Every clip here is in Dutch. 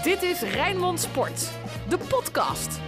Dit is Rijnmond Sport, de podcast.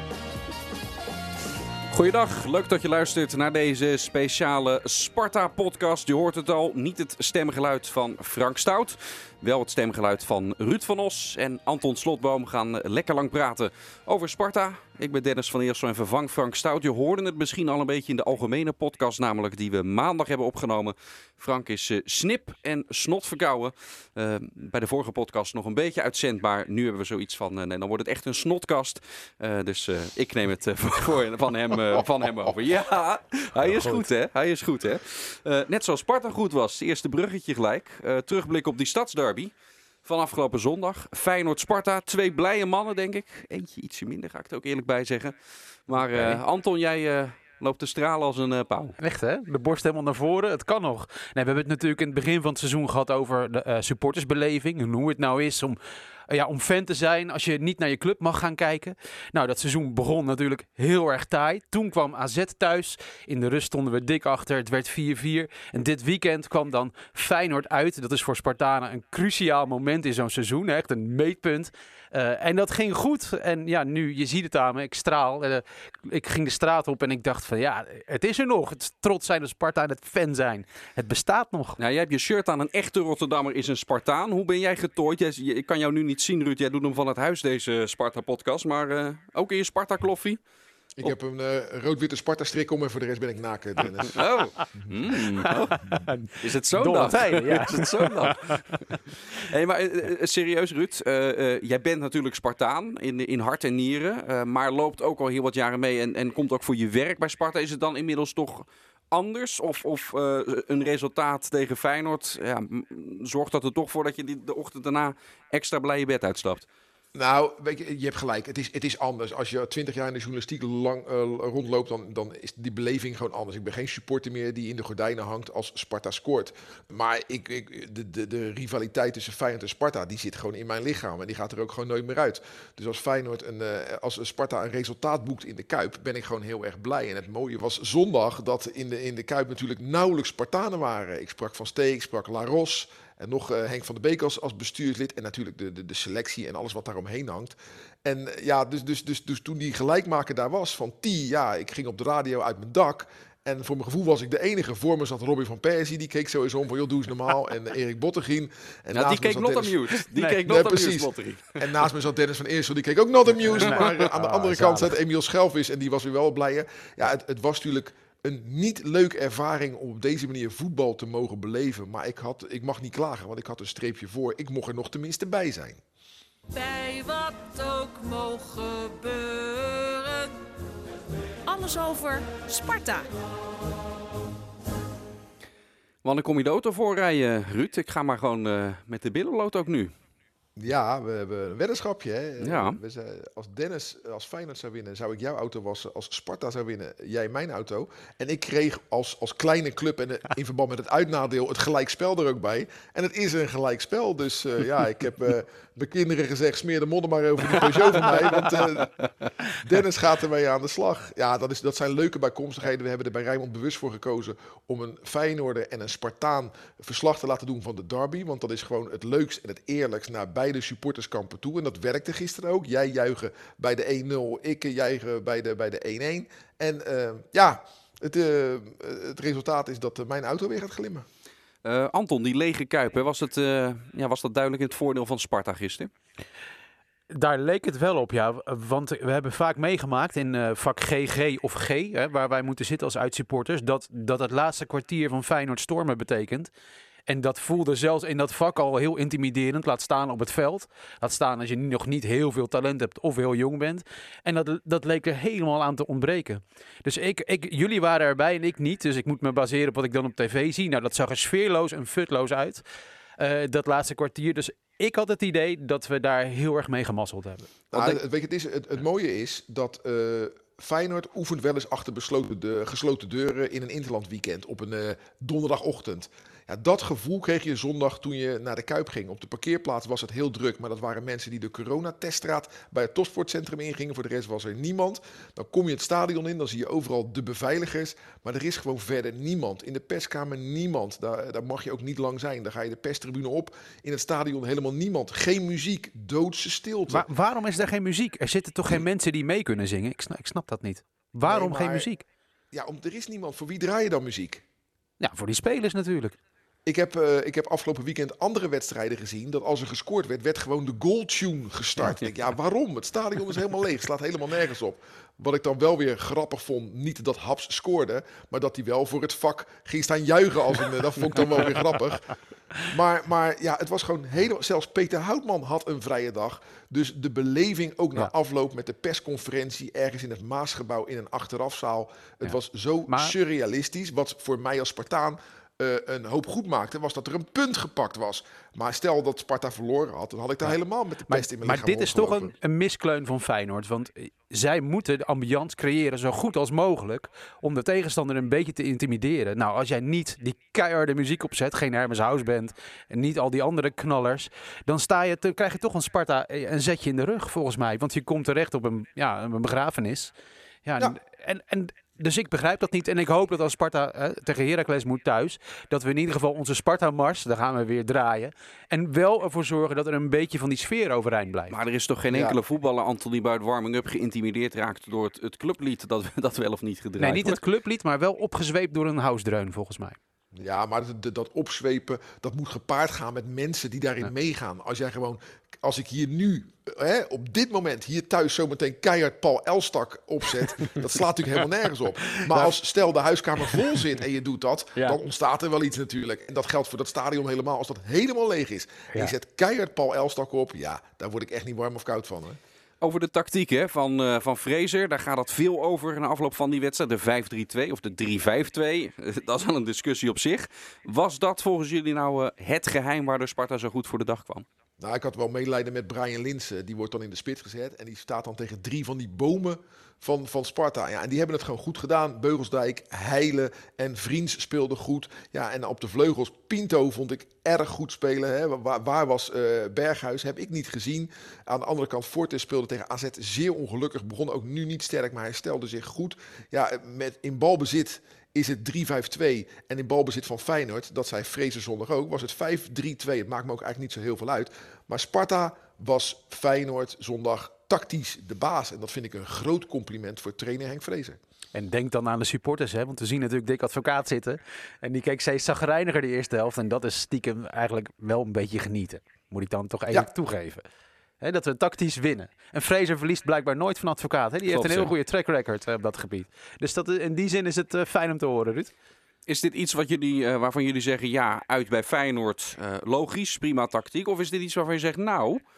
Goeiedag, leuk dat je luistert naar deze speciale Sparta-podcast. Je hoort het al, niet het stemgeluid van Frank Stout. Wel het stemgeluid van Ruud van Os en Anton Slotboom gaan lekker lang praten over Sparta. Ik ben Dennis van Eersel en vervang Frank Stout. Je hoorde het misschien al een beetje in de algemene podcast, namelijk die we maandag hebben opgenomen. Frank is snip en snot verkouden. Bij de vorige podcast nog een beetje uitzendbaar. Nu hebben we zoiets van, dan wordt het echt een snotkast. Dus ik neem het van hem over. Ja, hij is goed hè. Hij is goed hè. Net zoals Sparta goed was. Het eerste bruggetje gelijk. Terugblik op die stadsderby van afgelopen zondag. Feyenoord-Sparta. 2 blije mannen, denk ik. Eentje ietsje minder, ga ik het ook eerlijk bij zeggen. Maar Anton, jij loopt te stralen als een pauw. Echt hè? De borst helemaal naar voren. Het kan nog. Nee, we hebben het natuurlijk in het begin van het seizoen gehad over de supportersbeleving. En hoe het nou is om fan te zijn als je niet naar je club mag gaan kijken. Nou, dat seizoen begon natuurlijk heel erg taai. Toen kwam AZ thuis. In de rust stonden we dik achter. Het werd 4-4. En dit weekend kwam dan Feyenoord uit. Dat is voor Spartanen een cruciaal moment in zo'n seizoen. Echt een meetpunt. En dat ging goed. En ja, nu, je ziet het aan me. Ik straal. Ik ging de straat op en ik dacht van ja, het is er nog. Het trots zijn op Sparta en het fan zijn. Het bestaat nog. Nou, jij hebt je shirt aan. Een echte Rotterdammer is een Spartaan. Hoe ben jij getooid? Ik kan jou nu niet zien, Ruud. Jij doet hem van het huis, deze Sparta-podcast. Maar ook in je Sparta-kloffie? Ik heb een rood-witte Sparta-strik om en voor de rest ben ik naakt, Dennis. Oh. Is het zo'n dag? Ja. Is het zo'n dag? Hey, maar serieus, Ruud. Jij bent natuurlijk Spartaan in hart en nieren. Maar loopt ook al heel wat jaren mee en komt ook voor je werk bij Sparta. Is het dan inmiddels toch anders? Of een resultaat tegen Feyenoord zorgt dat er toch voor dat je de ochtend daarna extra blij je bed uitstapt? Nou, weet je hebt gelijk. Het is anders. Als je 20 jaar in de journalistiek rondloopt, dan is die beleving gewoon anders. Ik ben geen supporter meer die in de gordijnen hangt als Sparta scoort. Maar de rivaliteit tussen Feyenoord en Sparta, die zit gewoon in mijn lichaam. En die gaat er ook gewoon nooit meer uit. Dus als Feyenoord als Sparta een resultaat boekt in de Kuip, ben ik gewoon heel erg blij. En het mooie was zondag dat in de Kuip natuurlijk nauwelijks Spartanen waren. Ik sprak Van Steek, ik sprak La Ros. En nog Henk van der Beek als bestuurslid. En natuurlijk de selectie en alles wat daaromheen hangt. En ja, dus toen die gelijkmaker daar was van ik ging op de radio uit mijn dak. En voor mijn gevoel was ik de enige. Voor me zat Robin van Persie. Die keek sowieso om van, joh, doe eens normaal. En Erik Bottegien. En die keek not amused. Die keek not amused, Bottegien. En naast me zat Dennis van Eersel. Die keek ook not amused. Maar aan de andere kant zat Emiel Schelvis. En die was weer wel blijer. Ja, het was natuurlijk een niet leuke ervaring om op deze manier voetbal te mogen beleven. Maar ik mag niet klagen, want ik had een streepje voor. Ik mocht er nog tenminste bij zijn. Bij wat ook mogen gebeuren. Alles over Sparta. Wanneer kom je de auto voorrijden, Ruud? Ik ga maar gewoon met de billenlood ook nu. Ja, we hebben een weddenschapje. Hè? Ja. Als Dennis als Feyenoord zou winnen, zou ik jouw auto wassen. Als Sparta zou winnen, jij mijn auto. En ik kreeg als kleine club en in verband met het uitnadeel het gelijkspel er ook bij. En het is een gelijkspel. Dus ik heb mijn kinderen gezegd, smeer de modder maar over die Peugeot van mij. Want Dennis gaat ermee aan de slag. Ja, dat zijn leuke bijkomstigheden. We hebben er bij Rijnmond bewust voor gekozen om een Feyenoorder en een Spartaan verslag te laten doen van de derby. Want dat is gewoon het leukst en het eerlijkst naar beide supporterskampen toe. En dat werkte gisteren ook. Jij juichen bij de 1-0, ik juichen bij de 1-1. En het resultaat is dat mijn auto weer gaat glimmen. Anton, die lege Kuip, hè, was dat duidelijk in het voordeel van Sparta gisteren? Daar leek het wel op, ja. Want we hebben vaak meegemaakt in vak GG of G, hè, waar wij moeten zitten als uitsupporters, dat het laatste kwartier van Feyenoord stormen betekent. En dat voelde zelfs in dat vak al heel intimiderend. Laat staan op het veld. Laat staan als je nog niet heel veel talent hebt of heel jong bent. En dat leek er helemaal aan te ontbreken. Dus jullie waren erbij en ik niet. Dus ik moet me baseren op wat ik dan op tv zie. Nou, dat zag er sfeerloos en futloos uit. Dat laatste kwartier. Dus ik had het idee dat we daar heel erg mee gemasseld hebben. Het mooie is dat Feyenoord oefent wel eens achter gesloten deuren in een interlandweekend op een donderdagochtend. Ja, dat gevoel kreeg je zondag toen je naar de Kuip ging. Op de parkeerplaats was het heel druk, maar dat waren mensen die de coronateststraat bij het topsportcentrum ingingen. Voor de rest was er niemand. Dan kom je het stadion in, dan zie je overal de beveiligers, maar er is gewoon verder niemand. In de perskamer niemand. Daar mag je ook niet lang zijn. Dan ga je de perstribune op. In het stadion helemaal niemand. Geen muziek, doodse stilte. Maar waarom is er geen muziek? Er zitten toch geen mensen die mee kunnen zingen? Ik snap dat niet. Waarom geen muziek? Ja, er is niemand. Voor wie draai je dan muziek? Ja, voor die spelers natuurlijk. Ik heb afgelopen weekend andere wedstrijden gezien dat als er gescoord werd gewoon de goaltune gestart. Ja, waarom? Het stadion is helemaal leeg, slaat helemaal nergens op. Wat ik dan wel weer grappig vond, niet dat Haps scoorde, maar dat hij wel voor het vak ging staan juichen. Dat vond ik dan wel weer grappig. Maar ja, het was gewoon helemaal... Zelfs Peter Houtman had een vrije dag. Dus de beleving ook na afloop met de persconferentie ergens in het Maasgebouw in een achterafzaal. Het was zo surrealistisch, wat voor mij als Spartaan een hoop goed maakte, was dat er een punt gepakt was. Maar stel dat Sparta verloren had, dan had ik daar helemaal met de pest in mijn lichaam. Maar dit is toch een miskleun van Feyenoord. Want zij moeten de ambiance creëren zo goed als mogelijk om de tegenstander een beetje te intimideren. Nou, als jij niet die keiharde muziek opzet, geen Hermes House bent en niet al die andere knallers, dan krijg je toch een Sparta een zetje in de rug, volgens mij. Want je komt terecht op een begrafenis. Dus ik begrijp dat niet. En ik hoop dat als Sparta tegen Heracles moet thuis, dat we in ieder geval onze Sparta-mars, daar gaan we weer draaien. En wel ervoor zorgen dat er een beetje van die sfeer overeind blijft. Maar er is toch geen enkele voetballer, Anton, die bij het warming-up geïntimideerd raakt door het clublied dat wel of niet gedraaid Nee, niet het clublied, maar wel opgezweept door een house-dreun, volgens mij. Ja, maar dat opzwepen, dat moet gepaard gaan met mensen die daarin meegaan. Als ik hier nu, op dit moment, hier thuis zometeen keihard Paul Elstak opzet, dat slaat natuurlijk helemaal nergens op. Maar als stel de huiskamer vol zit en je doet dat, dan ontstaat er wel iets natuurlijk. En dat geldt voor dat stadion helemaal, als dat helemaal leeg is. En je zet keihard Paul Elstak op, daar word ik echt niet warm of koud van. Hè. Over de tactiek van Fraser, daar gaat het veel over na afloop van die wedstrijd. De 5-3-2 of de 3-5-2, dat is al een discussie op zich. Was dat volgens jullie nou het geheim waardoor Sparta zo goed voor de dag kwam? Nou, ik had wel medelijden met Brian Linssen. Die wordt dan in de spits gezet en die staat dan tegen 3 van die bomen van Sparta. Ja, en die hebben het gewoon goed gedaan. Beugelsdijk, Heile en Vriends speelden goed. Ja, en op de vleugels, Pinto vond ik erg goed spelen. Hè. Waar was Berghuis? Heb ik niet gezien. Aan de andere kant, Fortes speelde tegen AZ zeer ongelukkig. Begon ook nu niet sterk, maar hij stelde zich goed. Ja, in balbezit is het 3-5-2 en in balbezit van Feyenoord, dat zei Fraser zondag ook, was het 5-3-2. Het maakt me ook eigenlijk niet zo heel veel uit. Maar Sparta was Feyenoord zondag tactisch de baas. En dat vind ik een groot compliment voor trainer Henk Fraser. En denk dan aan de supporters, hè? Want we zien natuurlijk Dick Advocaat zitten. En die keek steeds chagrijniger de eerste helft. En dat is stiekem eigenlijk wel een beetje genieten. Moet ik dan toch even toegeven. Hè, dat we tactisch winnen. En Fraser verliest blijkbaar nooit van Advocaat. Hè? Die heeft een heel goede track record op dat gebied. Dus in die zin is het fijn om te horen, Ruud. Is dit iets waarvan jullie zeggen, uit bij Feyenoord, logisch, prima tactiek? Of is dit iets waarvan je zegt,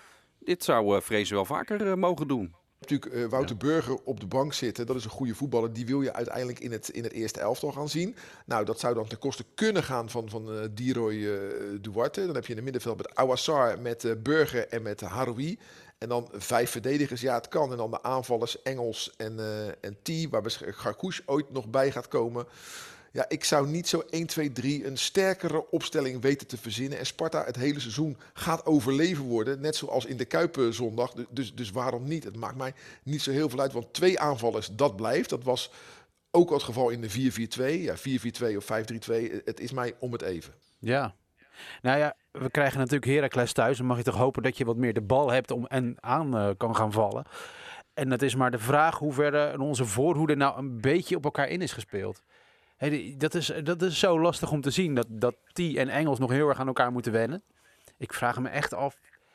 dit zou Fraser wel vaker mogen doen? Natuurlijk Wouter Burger op de bank zitten, dat is een goede voetballer. Die wil je uiteindelijk in het eerste elftal gaan zien. Nou, dat zou dan ten koste kunnen gaan van Diroy Duarte. Dan heb je in het middenveld met Awassar, met Burger en met Haroui. En dan 5 verdedigers, het kan. En dan de aanvallers Engels en T, waar Garkouche ooit nog bij gaat komen. Ja, ik zou niet zo 1, 2, 3 een sterkere opstelling weten te verzinnen. En Sparta het hele seizoen gaat overleven worden. Net zoals in de Kuip zondag. Dus waarom niet? Het maakt mij niet zo heel veel uit. Want 2 aanvallers, dat blijft. Dat was ook al het geval in de 4-4-2. Ja, 4-4-2 of 5-3-2. Het is mij om het even. Ja. Nou ja, we krijgen natuurlijk Heracles thuis. Dan mag je toch hopen dat je wat meer de bal hebt en aan kan gaan vallen. En het is maar de vraag hoe ver onze voorhoede nou een beetje op elkaar in is gespeeld. Hey, dat is zo lastig om te zien, dat T en Engels nog heel erg aan elkaar moeten wennen. Ik vraag me echt af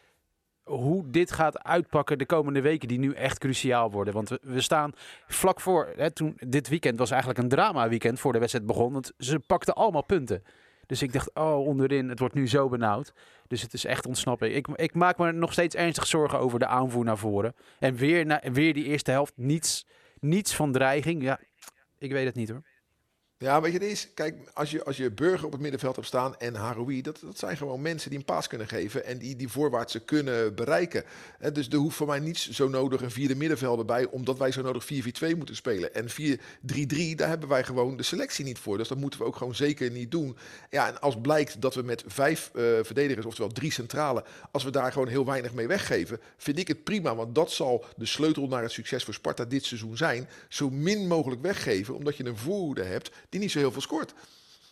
hoe dit gaat uitpakken de komende weken die nu echt cruciaal worden. Want we staan vlak voor, dit weekend was eigenlijk een drama weekend voor de wedstrijd begon. Want ze pakten allemaal punten. Dus ik dacht, onderin, het wordt nu zo benauwd. Dus het is echt ontsnappen. Ik maak me nog steeds ernstig zorgen over de aanvoer naar voren. En weer die eerste helft, niets van dreiging. Ja, ik weet het niet hoor. Ja, weet je, het is, kijk, als je Burger op het middenveld hebt staan en Haroui, dat zijn gewoon mensen die een paas kunnen geven en die voorwaartse kunnen bereiken. Dus er hoeft voor mij niet zo nodig een vierde middenvelder bij, omdat wij zo nodig 4-4-2 moeten spelen. En 4-3-3, daar hebben wij gewoon de selectie niet voor. Dus dat moeten we ook gewoon zeker niet doen. Ja, en als blijkt dat we met 5 verdedigers, oftewel 3 centrale, als we daar gewoon heel weinig mee weggeven, vind ik het prima. Want dat zal de sleutel naar het succes voor Sparta dit seizoen zijn. Zo min mogelijk weggeven, omdat je een voorhoede hebt die niet zo heel veel scoort. 5-3-2,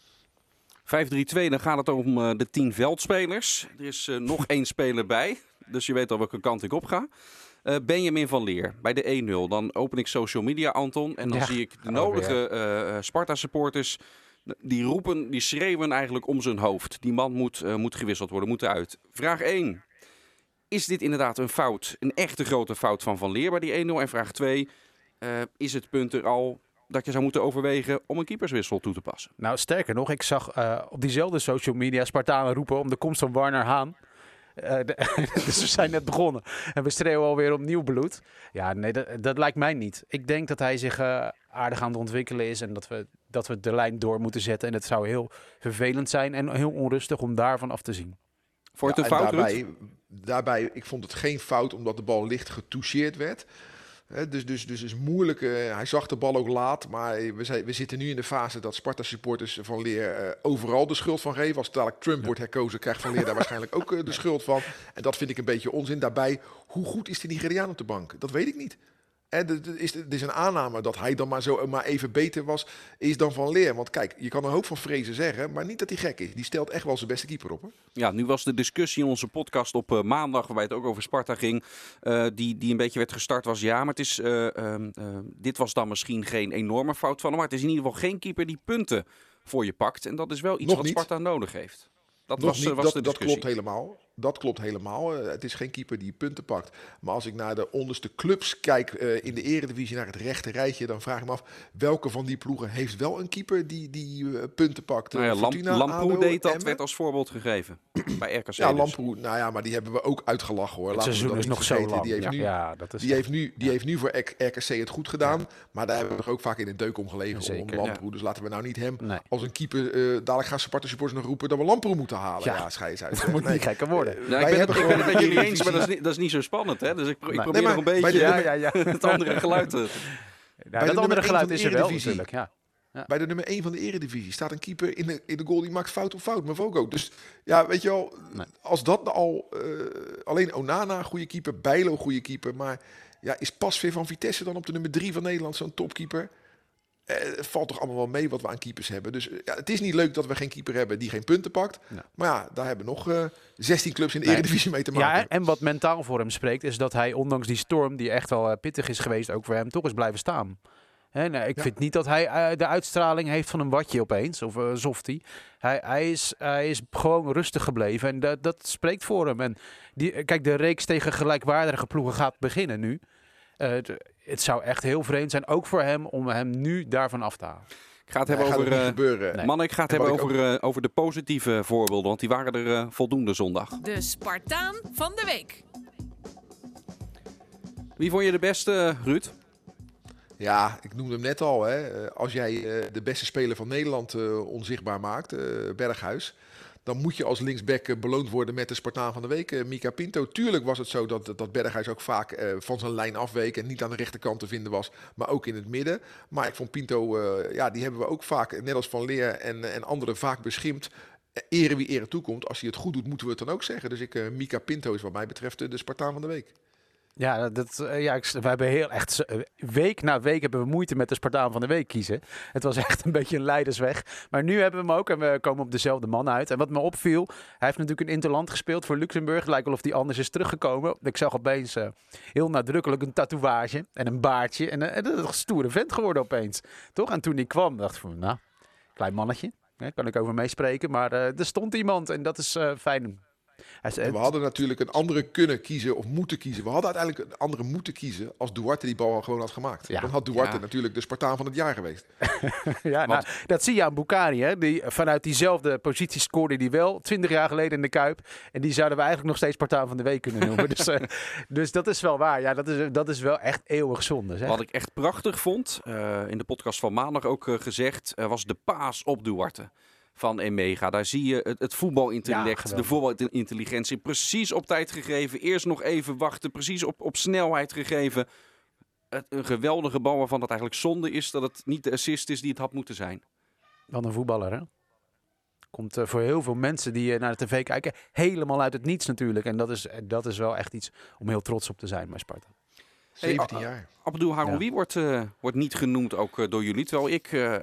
dan gaat het om de 10 veldspelers. Er is nog 1 speler bij, dus je weet al welke kant ik op ga. Benjamin van Leer bij de 1-0. Dan open ik social media, Anton. En dan zie ik de nodige Sparta-supporters. Die roepen, die schreeuwen eigenlijk om zijn hoofd. Die man moet gewisseld worden, moet eruit. Vraag 1. Is dit inderdaad een fout? Een echte grote fout van Leer bij die 1-0? En vraag 2. Is het punt er al dat je zou moeten overwegen om een keeperswissel toe te passen? Nou, sterker nog, ik zag op diezelfde social media Spartanen roepen om de komst van Warner Haan. Dus we zijn net begonnen. En we schreeuwen alweer om nieuw bloed. Ja, nee, dat lijkt mij niet. Ik denk dat hij zich aardig aan het ontwikkelen is. En dat we de lijn door moeten zetten. En het zou heel vervelend zijn en heel onrustig om daarvan af te zien. Vond je het een fout, daarbij, ik vond het geen fout omdat de bal licht getoucheerd werd. Dus is moeilijk. Hij zag de bal ook laat. Maar we zitten nu in de fase dat Sparta-supporters Van Leer overal de schuld van geven. Als dadelijk Trump wordt herkozen, krijgt Van Leer daar waarschijnlijk ook de schuld van. En dat vind ik een beetje onzin. Daarbij, hoe goed is de Nigeriaan op de bank? Dat weet ik niet. Er is een aanname dat hij dan maar even beter was, is dan Van Leer. Want kijk, je kan een hoop van Vrezen zeggen, maar niet dat hij gek is. Die stelt echt wel zijn beste keeper op. Hè? Ja, nu was de discussie in onze podcast op maandag, waarbij het ook over Sparta ging, die een beetje werd gestart, was ja, maar het is, dit was dan misschien geen enorme fout van hem, maar het is in ieder geval geen keeper die punten voor je pakt. En dat is wel iets Nog wat niet. Sparta nodig heeft. Dat Nog was niet, de discussie. dat klopt helemaal. Dat klopt helemaal. Het is geen keeper die punten pakt. Maar als ik naar de onderste clubs kijk in de Eredivisie, naar het rechte rijtje, dan vraag ik me af, welke van die ploegen heeft wel een keeper die punten pakt? Nou ja, Fortuna, Lamproe ADO, deed dat, Emmen? werd als voorbeeld gegeven bij RKC. Ja, dus. Lamproe, nou ja, maar die hebben we ook uitgelachen hoor. Het Laten we seizoen dat is niet nog zo vergeten. lang. Die heeft nu, Ja, dat is die heeft nu voor RKC het goed gedaan. Maar daar hebben we ook vaak in de deuk om gelegen. Zeker, Om Lamproe. Dus laten we nou niet hem als een keeper, dadelijk gaan Sparta supporters nog roepen dat we Lamproe moeten halen. Ja, schei eens uit. Dat moet niet gekker worden. Nou, ik ben het met jullie eens, maar dat is niet zo spannend. Hè? Dus ik probeer nog een beetje het andere geluid te... Ja, dat andere geluid is er wel natuurlijk, ja. Bij de nummer 1 van de Eredivisie staat een keeper in de goal die maakt fout op fout. Mavogo. Dus ja, weet je wel, als dat al... alleen Onana, goede keeper. Bijlo, goede keeper. Maar ja, is Pasveer van Vitesse dan op de nummer 3 van Nederland zo'n topkeeper? Het valt toch allemaal wel mee wat we aan keepers hebben. Dus ja, het is niet leuk dat we geen keeper hebben die geen punten pakt. Ja. Maar ja, daar hebben nog 16 clubs in de Eredivisie mee te maken. Ja, en wat mentaal voor hem spreekt is dat hij ondanks die storm die echt wel pittig is geweest, ook voor hem toch is blijven staan. Nee, ik vind niet dat hij de uitstraling heeft van een watje opeens, of een softie. Hij is gewoon rustig gebleven en dat spreekt voor hem. En kijk, de reeks tegen gelijkwaardige ploegen gaat beginnen nu. Het zou echt heel vreemd zijn, ook voor hem, om hem nu daarvan af te halen. Ik ga het hebben over, Mannen, ik ga het hebben over de positieve voorbeelden, want die waren er voldoende zondag. De Spartaan van de week. Wie vond je de beste, Ruud? Ja, ik noemde hem net al. Hè. Als jij de beste speler van Nederland onzichtbaar maakt, Berghuis, dan moet je als linksback beloond worden met de Spartaan van de week, Mika Pinto. Tuurlijk was het zo dat Berghuis ook vaak van zijn lijn afweek en niet aan de rechterkant te vinden was, maar ook in het midden. Maar ik vond Pinto, die hebben we ook vaak, net als Van Leer en anderen, vaak beschimpt. Ere wie ere toekomt. Als hij het goed doet, moeten we het dan ook zeggen. Dus Mika Pinto is wat mij betreft de Spartaan van de week. Ja, we hebben heel echt week na week hebben we moeite met de Spartaan van de week kiezen. Het was echt een beetje een leidersweg. Maar nu hebben we hem ook en we komen op dezelfde man uit. En wat me opviel, hij heeft natuurlijk een interland gespeeld voor Luxemburg. Het lijkt wel of hij anders is teruggekomen. Ik zag opeens heel nadrukkelijk een tatoeage en een baardje. En dat is een stoere vent geworden opeens. Toch? En toen hij kwam, dacht ik van, nou, klein mannetje. Daar kan ik over meespreken. Maar er stond iemand en dat is fijn. En we hadden natuurlijk een andere kunnen kiezen of moeten kiezen. We hadden uiteindelijk een andere moeten kiezen als Duarte die bal gewoon had gemaakt. Ja. Dan had Duarte natuurlijk de Spartaan van het jaar geweest. Ja, nou, dat zie je aan Bukhari. Hè? Die, vanuit diezelfde positie scoorde die wel 20 jaar geleden in de Kuip. En die zouden we eigenlijk nog steeds Spartaan van de Week kunnen noemen. Dus dat is wel waar. Ja, dat is wel echt eeuwig zonde. Zeg. Wat ik echt prachtig vond, in de podcast van maandag ook gezegd, was de paas op Duarte van Emega. Daar zie je het voetbalintellect, de voetbalintelligentie precies op tijd gegeven. Eerst nog even wachten, precies op snelheid gegeven. Een geweldige bal waarvan het eigenlijk zonde is dat het niet de assist is die het had moeten zijn. Wat een voetballer, hè? Komt voor heel veel mensen die naar de tv kijken helemaal uit het niets natuurlijk. En dat is wel echt iets om heel trots op te zijn bij Sparta. 17 jaar. Abdul Haroui wordt niet genoemd, ook door jullie. Terwijl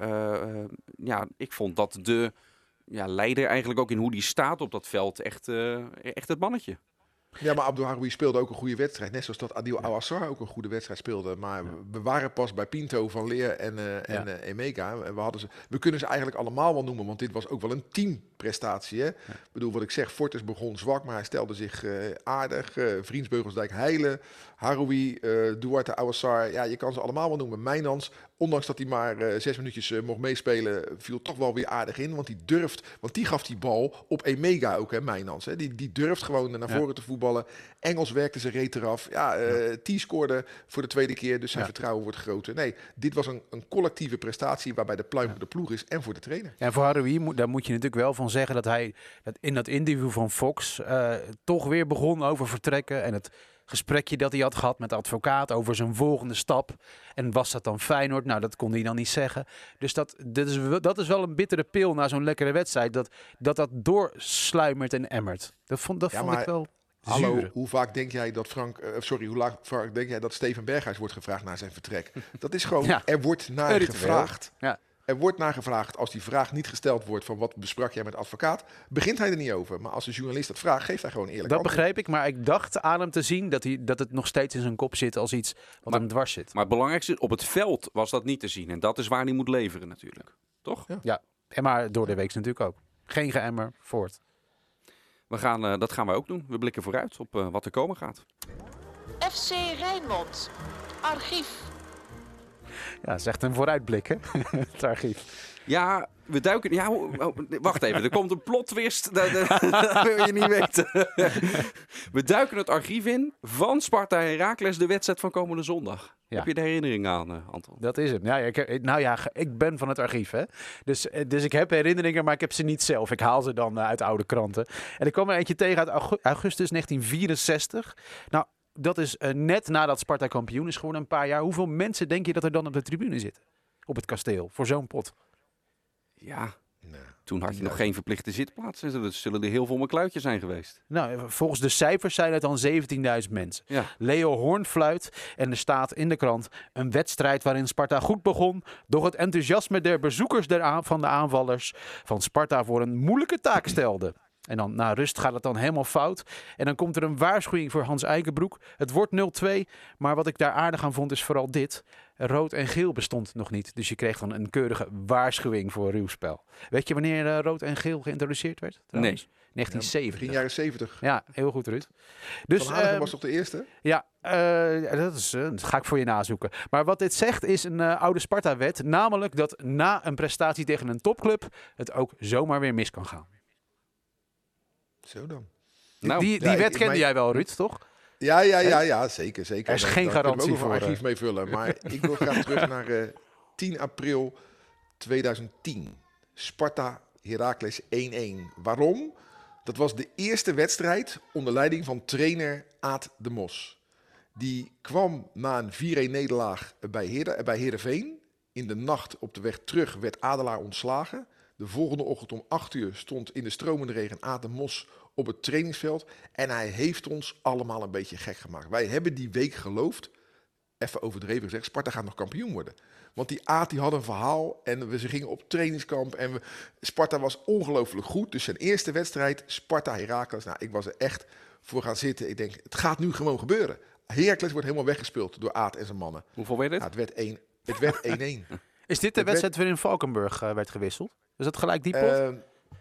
ik vond dat de leider eigenlijk ook in hoe die staat op dat veld echt het mannetje. Ja, maar Abdul Haroui speelde ook een goede wedstrijd. Net zoals dat Adil Awassar ook een goede wedstrijd speelde. Maar we waren pas bij Pinto, Van Leer en Emeka. En we kunnen ze eigenlijk allemaal wel noemen. Want dit was ook wel een teamprestatie. Hè? Ik bedoel, wat ik zeg, Fortes begon zwak, maar hij stelde zich aardig. Vriends, Beugelsdijk, Heilen, Haroui, Duarte, Awassar. Ja, je kan ze allemaal wel noemen. Mijnans, ondanks dat hij maar 6 minuutjes mocht meespelen, viel toch wel weer aardig in. Want die gaf die bal op Emeka ook, hè, Mijnans. Hè? Die durft gewoon naar voren te voetballen. Engels werkte zijn reet eraf. T scoorde voor de tweede keer, dus zijn vertrouwen wordt groter. Nee, dit was een collectieve prestatie waarbij de pluim voor de ploeg is en voor de trainer. Ja, voor Haroui, daar moet je natuurlijk wel van zeggen dat hij in dat interview van Fox toch weer begon over vertrekken. En het gesprekje dat hij had gehad met de advocaat over zijn volgende stap. En was dat dan Feyenoord? Nou, dat kon hij dan niet zeggen. Dus dat is wel een bittere pil na zo'n lekkere wedstrijd. Dat doorsluimert en emmert. Dat vond ik wel... Hallo, hoe vaak denk jij dat vaak denk jij dat Steven Berghuis wordt gevraagd naar zijn vertrek? Dat is gewoon, er wordt naar gevraagd. Ja. Er wordt naar gevraagd. Als die vraag niet gesteld wordt van wat besprak jij met de advocaat, begint hij er niet over. Maar als de journalist dat vraagt, geeft hij gewoon eerlijk dat antwoord. Begreep ik, maar ik dacht aan hem te zien dat het nog steeds in zijn kop zit als iets wat hem dwars zit. Maar het belangrijkste, op het veld was dat niet te zien. En dat is waar hij moet leveren natuurlijk. Toch? Ja. En maar door de week natuurlijk ook. Geen geëmmer, voort. Dat gaan we ook doen. We blikken vooruit op wat er komen gaat. FC Rijnmond. Archief. Ja, dat is echt een vooruitblik, hè? Het archief. Ja, we duiken... Ja, wacht even, er komt een plot twist. Dat wil je niet weten. We duiken het archief in van Sparta Heracles, de wedstrijd van komende zondag. Ja. Heb je de herinnering aan, Anton? Dat is het. Ik ben van het archief, hè. Dus ik heb herinneringen, maar ik heb ze niet zelf. Ik haal ze dan uit oude kranten. En ik kwam er eentje tegen uit augustus 1964. Nou, dat is net nadat Sparta kampioen is geworden, een paar jaar. Hoeveel mensen denk je dat er dan op de tribune zitten? Op het kasteel, voor zo'n pot? Ja, toen had je nog geen verplichte zitplaatsen. Er zullen er heel veel kluitje zijn geweest. Nou, volgens de cijfers zijn het dan 17.000 mensen. Ja. Leo Hoorn fluit en er staat in de krant een wedstrijd waarin Sparta goed begon. Doch het enthousiasme der bezoekers van de aanvallers van Sparta voor een moeilijke taak stelde. En dan na rust gaat het dan helemaal fout. En dan komt er een waarschuwing voor Hans Eikenbroek. Het wordt 0-2, maar wat ik daar aardig aan vond is vooral dit. Rood en geel bestond nog niet. Dus je kreeg dan een keurige waarschuwing voor ruw spel. Weet je wanneer rood en geel geïntroduceerd werd? Trouwens? Nee. 1970. Begin jaren 70. Ja, heel goed, Ruud. Dus, Van Hanegem was toch de eerste? Ja, dat ga ik voor je nazoeken. Maar wat dit zegt is een oude Sparta-wet. Namelijk dat na een prestatie tegen een topclub het ook zomaar weer mis kan gaan. Zo dan. Nou, die wet kende jij wel, Ruud, toch? Ja, zeker. Er is geen garantie voor. Daar kunnen we ook een archief mee vullen. Maar ik wil graag terug naar 10 april 2010. Sparta Heracles 1-1. Waarom? Dat was de eerste wedstrijd onder leiding van trainer Aad de Mos. Die kwam na een 4-1 nederlaag bij Heerenveen. In de nacht op de weg terug werd Adelaar ontslagen. De volgende ochtend om 8 uur stond in de stromende regen Aad de Mos op het trainingsveld. En hij heeft ons allemaal een beetje gek gemaakt. Wij hebben die week geloofd, even overdreven gezegd, Sparta gaat nog kampioen worden. Want die Aad die had een verhaal en ze gingen op trainingskamp. En Sparta was ongelooflijk goed. Dus zijn eerste wedstrijd, Sparta Heracles. Nou, ik was er echt voor gaan zitten. Ik denk, het gaat nu gewoon gebeuren. Heracles wordt helemaal weggespeeld door Aad en zijn mannen. Hoeveel werd het? Nou, het werd 1-1. Is dit de wedstrijd waarin Valkenburg werd gewisseld? Is dat gelijk die pot?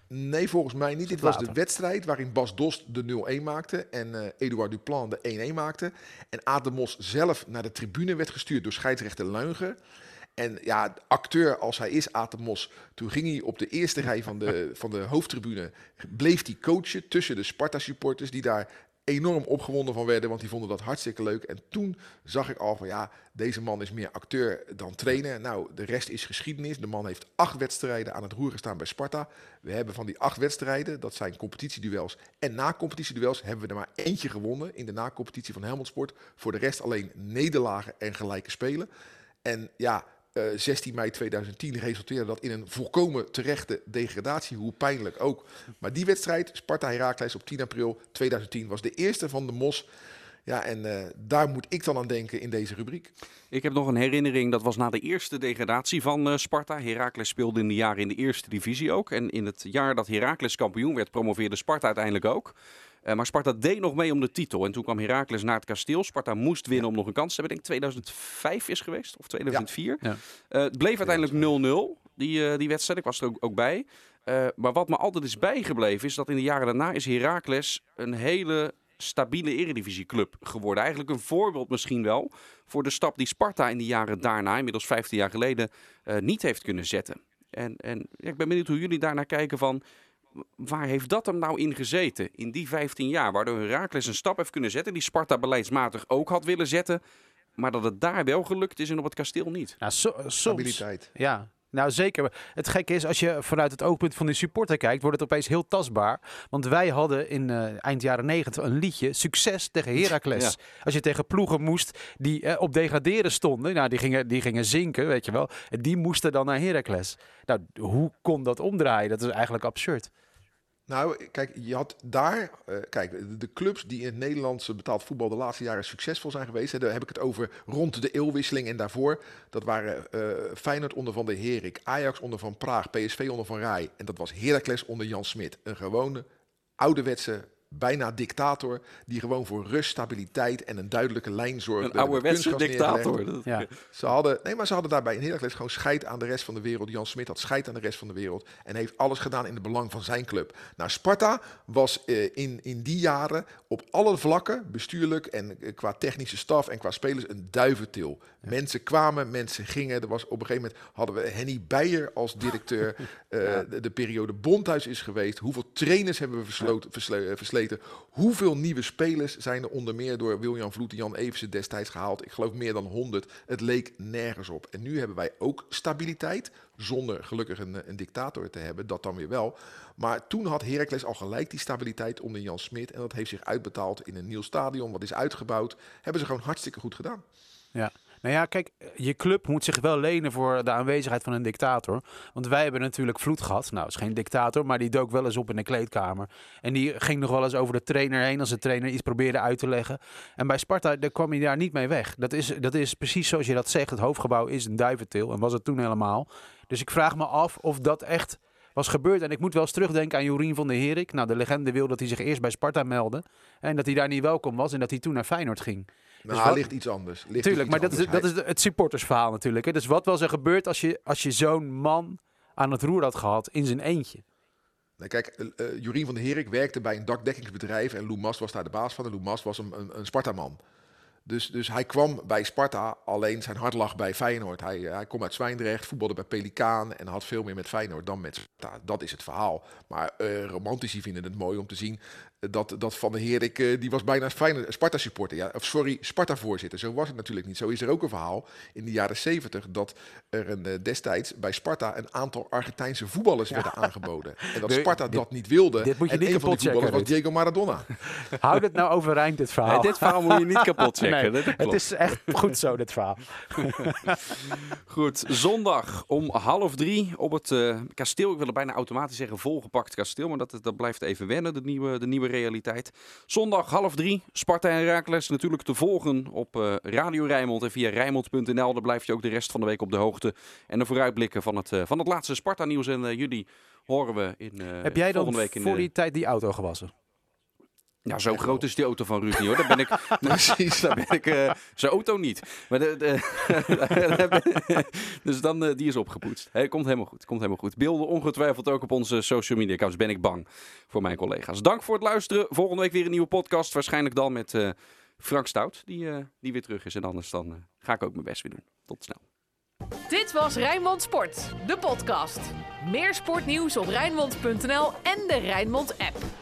Nee, volgens mij niet. Dit was de wedstrijd waarin Bas Dost de 0-1 maakte en Eduard Duplan de 1-1 maakte. En Aad de Mos zelf naar de tribune werd gestuurd door scheidsrechter Luinger. En ja, acteur als hij is, Aad de Mos, toen ging hij op de eerste rij van de hoofdtribune, bleef hij coachen tussen de Sparta-supporters die daar enorm opgewonden van werden, want die vonden dat hartstikke leuk. En toen zag ik al van ja, deze man is meer acteur dan trainer. Nou, de rest is geschiedenis. De man heeft 8 wedstrijden aan het roer gestaan bij Sparta. We hebben van die 8 wedstrijden, dat zijn competitieduels en na-competitieduels, hebben we er maar eentje gewonnen in de na-competitie van Helmond Sport. Voor de rest alleen nederlagen en gelijke spelen. En ja, 16 mei 2010 resulteerde dat in een volkomen terechte degradatie, hoe pijnlijk ook. Maar die wedstrijd, Sparta-Heracles op 10 april 2010, was de eerste van de Mos. Ja, en daar moet ik dan aan denken in deze rubriek. Ik heb nog een herinnering, dat was na de eerste degradatie van Sparta. Heracles speelde in de jaren in de eerste divisie ook. En in het jaar dat Heracles kampioen werd, promoveerde Sparta uiteindelijk ook. Maar Sparta deed nog mee om de titel. En toen kwam Heracles naar het kasteel. Sparta moest winnen om nog een kans te hebben. Ik denk 2005 is geweest, of 2004. Ja. Het bleef uiteindelijk 0-0, die wedstrijd. Ik was er ook bij. Maar wat me altijd is bijgebleven is dat in de jaren daarna is Heracles een hele stabiele eredivisieclub geworden. Eigenlijk een voorbeeld misschien wel voor de stap die Sparta in de jaren daarna, inmiddels 15 jaar geleden, niet heeft kunnen zetten. En ik ben benieuwd hoe jullie daarnaar kijken van, waar heeft dat hem nou in gezeten in die 15 jaar? Waardoor Heracles een stap heeft kunnen zetten die Sparta beleidsmatig ook had willen zetten. Maar dat het daar wel gelukt is en op het kasteel niet. Nou, Stabiliteit. Ja, nou zeker. Het gekke is, als je vanuit het oogpunt van de supporter kijkt, wordt het opeens heel tastbaar. Want wij hadden in eind jaren 90 een liedje, Succes tegen Heracles. Ja. Als je tegen ploegen moest die op degraderen stonden, nou, die gingen zinken, weet je wel. En die moesten dan naar Heracles. Nou, hoe kon dat omdraaien? Dat is eigenlijk absurd. Nou, kijk, je had daar... de clubs die in het Nederlandse betaald voetbal de laatste jaren succesvol zijn geweest, daar heb ik het over rond de eeuwwisseling en daarvoor. Dat waren Feyenoord onder Van der Herik, Ajax onder Van Praag, PSV onder Van Rij. En dat was Heracles onder Jan Smit. Een gewone, ouderwetse, bijna dictator, die gewoon voor rust, stabiliteit en een duidelijke lijn zorgde. Een ouderwetse dictator. Ja. Ze hadden daarbij in Heracles gewoon scheid aan de rest van de wereld. Jan Smit had scheid aan de rest van de wereld en heeft alles gedaan in het belang van zijn club. Nou, Sparta was in die jaren op alle vlakken, bestuurlijk en qua technische staf en qua spelers, een duiventil. Ja. Mensen kwamen, mensen gingen. Er was op een gegeven moment hadden we Henny Beijer als directeur. De periode Bondhuis is geweest. Hoeveel trainers hebben we versleten? Hoeveel nieuwe spelers zijn er onder meer door Wiljan Vloet en Jan Eversen destijds gehaald? Ik geloof meer dan 100. Het leek nergens op. En nu hebben wij ook stabiliteit, zonder gelukkig een dictator te hebben, dat dan weer wel. Maar toen had Heracles al gelijk die stabiliteit onder Jan Smit. En dat heeft zich uitbetaald in een nieuw stadion, wat is uitgebouwd. Hebben ze gewoon hartstikke goed gedaan. Ja. Nou ja, kijk, je club moet zich wel lenen voor de aanwezigheid van een dictator. Want wij hebben natuurlijk Vloed gehad. Nou, is geen dictator, maar die dook wel eens op in de kleedkamer. En die ging nog wel eens over de trainer heen als de trainer iets probeerde uit te leggen. En bij Sparta, daar kwam hij daar niet mee weg. Dat is precies zoals je dat zegt. Het hoofdgebouw is een duiventil en was het toen helemaal. Dus ik vraag me af of dat echt was gebeurd. En ik moet wel eens terugdenken aan Jorien van der Herik. Nou, de legende wil dat hij zich eerst bij Sparta meldde. En dat hij daar niet welkom was en dat hij toen naar Feyenoord ging. Nou, dus ligt iets anders. Tuurlijk, maar dat is het supportersverhaal natuurlijk. Hè. Dus wat was er gebeurd als je zo'n man aan het roer had gehad in zijn eentje? Nee, kijk, Jorien van der Herik werkte bij een dakdekkingsbedrijf en Lou Mas was daar de baas van. En Lou Mas was een Sparta-man. Dus hij kwam bij Sparta, alleen zijn hart lag bij Feyenoord. Hij kwam uit Zwijndrecht, voetbalde bij Pelikaan en had veel meer met Feyenoord dan met Sparta. Dat is het verhaal. Maar romantici vinden het mooi om te zien dat Van der Herik, die was bijna Sparta-supporter. Ja, of sorry, Sparta-voorzitter. Zo was het natuurlijk niet. Zo is er ook een verhaal in de jaren 70 dat er destijds bij Sparta een aantal Argentijnse voetballers werden aangeboden. En dat Sparta dat niet wilde. Dit moet je en niet een van die voetballers was Diego Maradona. Houd het nou overeind, dit verhaal. Nee, dit verhaal moet je niet kapot checken. Nee, het is echt goed zo, dit verhaal. Goed, zondag om 2:30 op het kasteel. Ik wil er bijna automatisch zeggen volgepakt kasteel, maar dat blijft even wennen, de nieuwe realiteit. Zondag 2:30, Sparta en Heracles natuurlijk te volgen op Radio Rijnmond en via Rijnmond.nl. Daar blijf je ook de rest van de week op de hoogte. En de vooruitblikken van het laatste Sparta nieuws. En jullie horen we in Heb jij dan volgende week voor die tijd die auto gewassen? Ja, zo groot is die auto van Ruud niet, hoor. Daar ben ik... Precies. Daar ben ik zijn auto niet. Maar dus dan, die is opgepoetst. Hey, komt helemaal goed. Beelden ongetwijfeld ook op onze social media accounts. Ben ik bang voor mijn collega's. Dank voor het luisteren. Volgende week weer een nieuwe podcast. Waarschijnlijk dan met Frank Stout, die weer terug is. En anders dan ga ik ook mijn best weer doen. Tot snel. Dit was Rijnmond Sport, de podcast. Meer sportnieuws op Rijnmond.nl en de Rijnmond app.